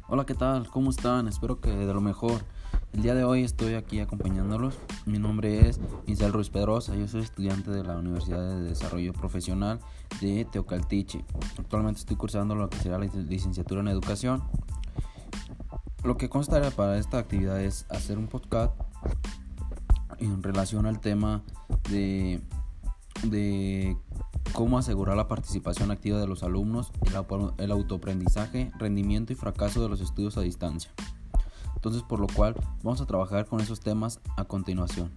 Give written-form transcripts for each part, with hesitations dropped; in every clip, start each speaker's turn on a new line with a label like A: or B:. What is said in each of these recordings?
A: Hola, ¿qué tal? ¿Cómo están? Espero que de lo mejor. El día de hoy estoy aquí acompañándolos. Mi nombre es Misael Ruiz Pedrosa. Yo soy estudiante de la Universidad de Desarrollo Profesional de Teocaltiche. Actualmente estoy cursando lo que será la licenciatura en Educación. Lo que constará para esta actividad es hacer un podcast en relación al tema de, de cómo asegurar la participación activa de los alumnos, el autoaprendizaje, rendimiento y fracaso de los estudios a distancia. Entonces, por lo cual vamos a trabajar con esos temas a continuación.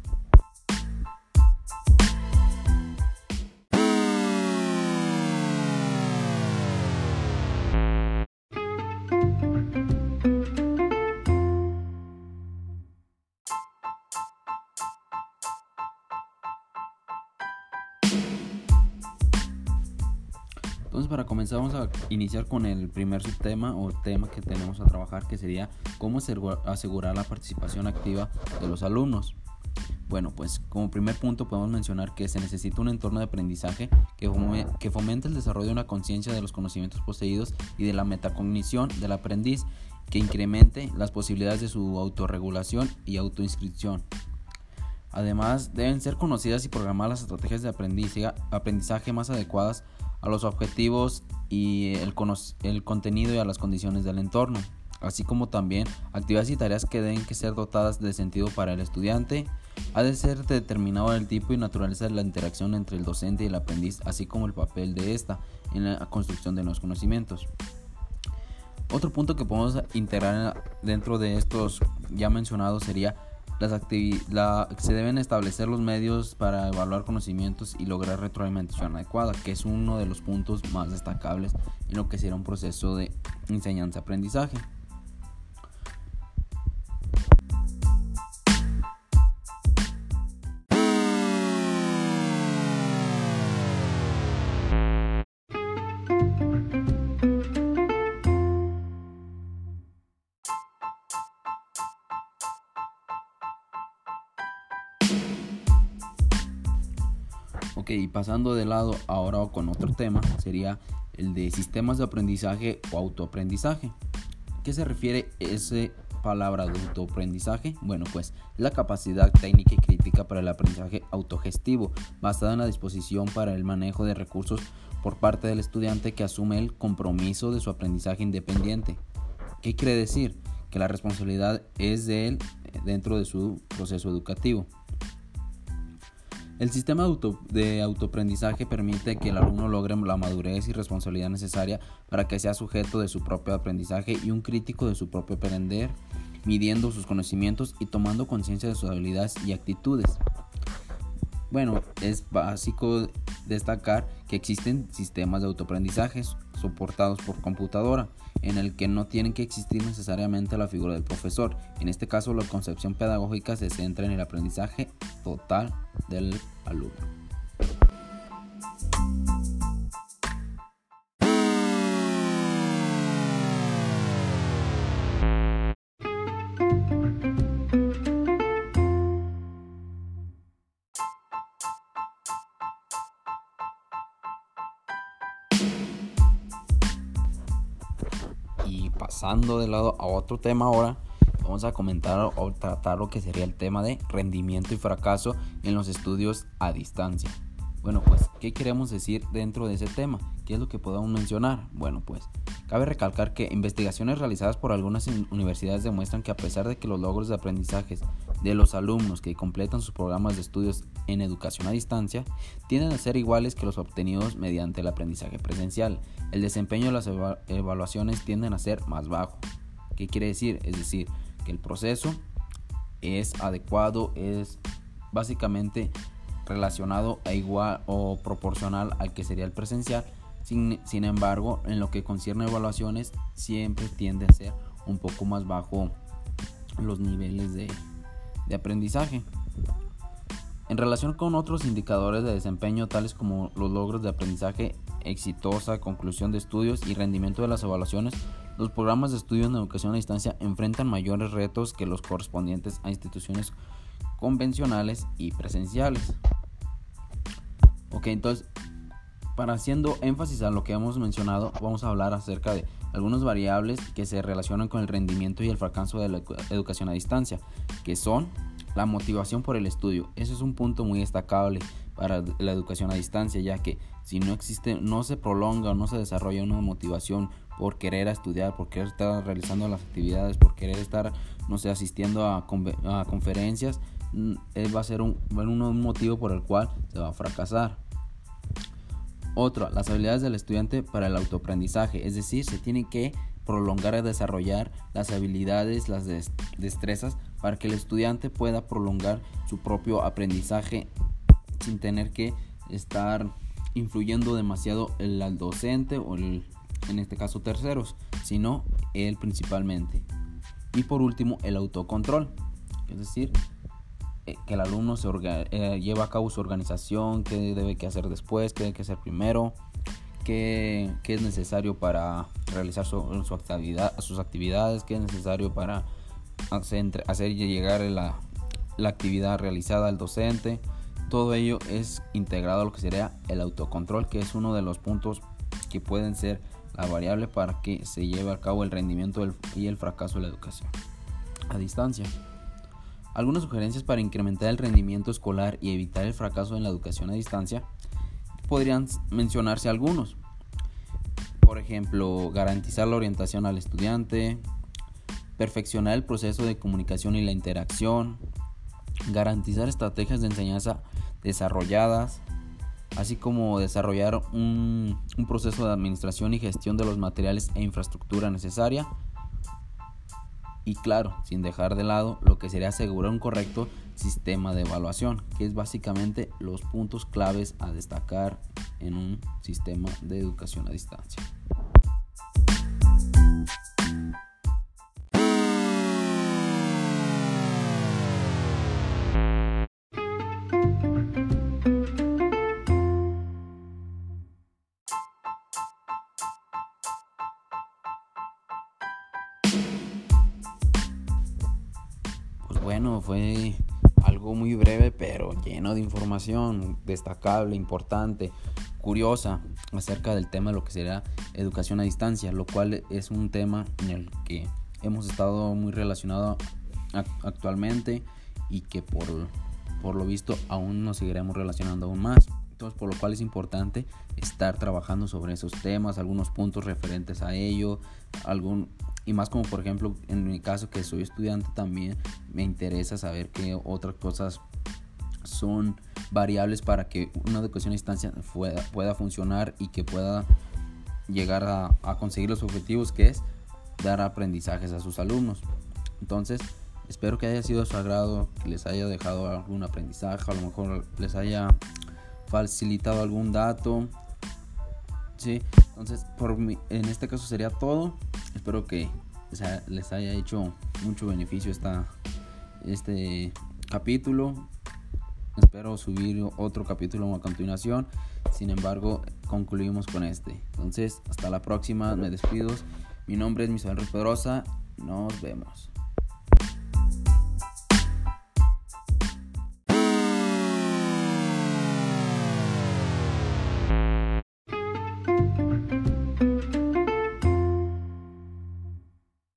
A: Entonces, para comenzar, vamos a iniciar con el primer subtema o tema que tenemos a trabajar, que sería cómo asegurar la participación activa de los alumnos. Bueno, pues como primer punto podemos mencionar que se necesita un entorno de aprendizaje que fomente el desarrollo de una conciencia de los conocimientos poseídos y de la metacognición del aprendiz, que incremente las posibilidades de su autorregulación y autoinscripción. Además, deben ser conocidas y programadas las estrategias de aprendizaje más adecuadas a los objetivos y el contenido y a las condiciones del entorno, así como también actividades y tareas que deben ser dotadas de sentido para el estudiante. Ha de ser determinado el tipo y naturaleza de la interacción entre el docente y el aprendiz, así como el papel de esta en la construcción de nuevos conocimientos. Otro punto que podemos integrar dentro de estos ya mencionados sería se deben establecer los medios para evaluar conocimientos y lograr retroalimentación adecuada, que es uno de los puntos más destacables en lo que será un proceso de enseñanza-aprendizaje. Ok, y pasando de lado ahora con otro tema, sería el de sistemas de aprendizaje o autoaprendizaje. ¿Qué se refiere esa palabra de autoaprendizaje? Bueno, pues la capacidad técnica y crítica para el aprendizaje autogestivo, basada en la disposición para el manejo de recursos por parte del estudiante que asume el compromiso de su aprendizaje independiente. ¿Qué quiere decir? Que la responsabilidad es de él dentro de su proceso educativo. El sistema de autoaprendizaje permite que el alumno logre la madurez y responsabilidad necesaria para que sea sujeto de su propio aprendizaje y un crítico de su propio aprender, midiendo sus conocimientos y tomando conciencia de sus habilidades y actitudes. Bueno, es básico destacar que existen sistemas de autoaprendizaje soportados por computadora, en el que no tiene que existir necesariamente la figura del profesor. En este caso, la concepción pedagógica se centra en el aprendizaje total del alumno. Y pasando de lado a otro tema ahora, vamos a comentar o tratar lo que sería el tema de rendimiento y fracaso en los estudios a distancia. Bueno, pues, ¿qué queremos decir dentro de ese tema? ¿Qué es lo que podemos mencionar? Bueno, pues, cabe recalcar que investigaciones realizadas por algunas universidades demuestran que a pesar de que los logros de aprendizaje de los alumnos que completan sus programas de estudios en educación a distancia tienden a ser iguales que los obtenidos mediante el aprendizaje presencial, el desempeño de las evaluaciones tienden a ser más bajo. ¿Qué quiere decir? Es decir, que el proceso es adecuado, es básicamente relacionado a igual o proporcional al que sería el presencial. Sin embargo, en lo que concierne a evaluaciones, siempre tiende a ser un poco más bajo los niveles de aprendizaje. En relación con otros indicadores de desempeño, tales como los logros de aprendizaje exitosa, conclusión de estudios y rendimiento de las evaluaciones, los programas de estudio en educación a distancia enfrentan mayores retos que los correspondientes a instituciones convencionales y presenciales. Ok, entonces Para haciendo énfasis a lo que hemos mencionado, vamos a hablar acerca de algunas variables que se relacionan con el rendimiento y el fracaso de la educación a distancia, que son la motivación por el estudio. Ese es un punto muy destacable para la educación a distancia, ya que si no se prolonga o no se desarrolla una motivación por querer estudiar, por querer estar realizando las actividades, por querer estar, asistiendo a conferencias, va a ser un motivo por el cual se va a fracasar. Otro, las habilidades del estudiante para el autoaprendizaje, es decir, se tiene que prolongar y desarrollar las habilidades, las destrezas para que el estudiante pueda prolongar su propio aprendizaje sin tener que estar influyendo demasiado al docente o en este caso terceros, sino él principalmente. Y por último, el autocontrol, es decir, que el alumno lleva a cabo su organización, qué debe que hacer después, qué debe que hacer primero, qué es necesario para realizar sus actividades, qué es necesario para hacer llegar la actividad realizada al docente. Todo ello es integrado a lo que sería el autocontrol, que es uno de los puntos que pueden ser la variable para que se lleve a cabo el rendimiento y el fracaso de la educación a distancia. Algunas sugerencias para incrementar el rendimiento escolar y evitar el fracaso en la educación a distancia podrían mencionarse algunos. Por ejemplo, garantizar la orientación al estudiante, perfeccionar el proceso de comunicación y la interacción, garantizar estrategias de enseñanza desarrolladas, así como desarrollar un proceso de administración y gestión de los materiales e infraestructura necesaria. Y claro, sin dejar de lado lo que sería asegurar un correcto sistema de evaluación, que es básicamente los puntos claves a destacar en un sistema de educación a distancia. Bueno, fue algo muy breve, pero lleno de información destacable, importante, curiosa acerca del tema de lo que será educación a distancia, lo cual es un tema en el que hemos estado muy relacionados actualmente y que por lo visto aún nos seguiremos relacionando aún más. Entonces, por lo cual es importante estar trabajando sobre esos temas, algunos puntos referentes a ello, y más como por ejemplo en mi caso, que soy estudiante, también me interesa saber qué otras cosas son variables para que una educación a distancia pueda funcionar y que pueda llegar a conseguir los objetivos, que es dar aprendizajes a sus alumnos. Entonces, espero que haya sido de su agrado, que les haya dejado algún aprendizaje, a lo mejor les haya facilitado algún dato. Sí, entonces en este caso sería todo. Espero que les haya hecho mucho beneficio este capítulo. Espero subir otro capítulo a continuación. Sin embargo, concluimos con este. Entonces, hasta la próxima. Me despido. Mi nombre es Misael Pedrosa. Nos vemos.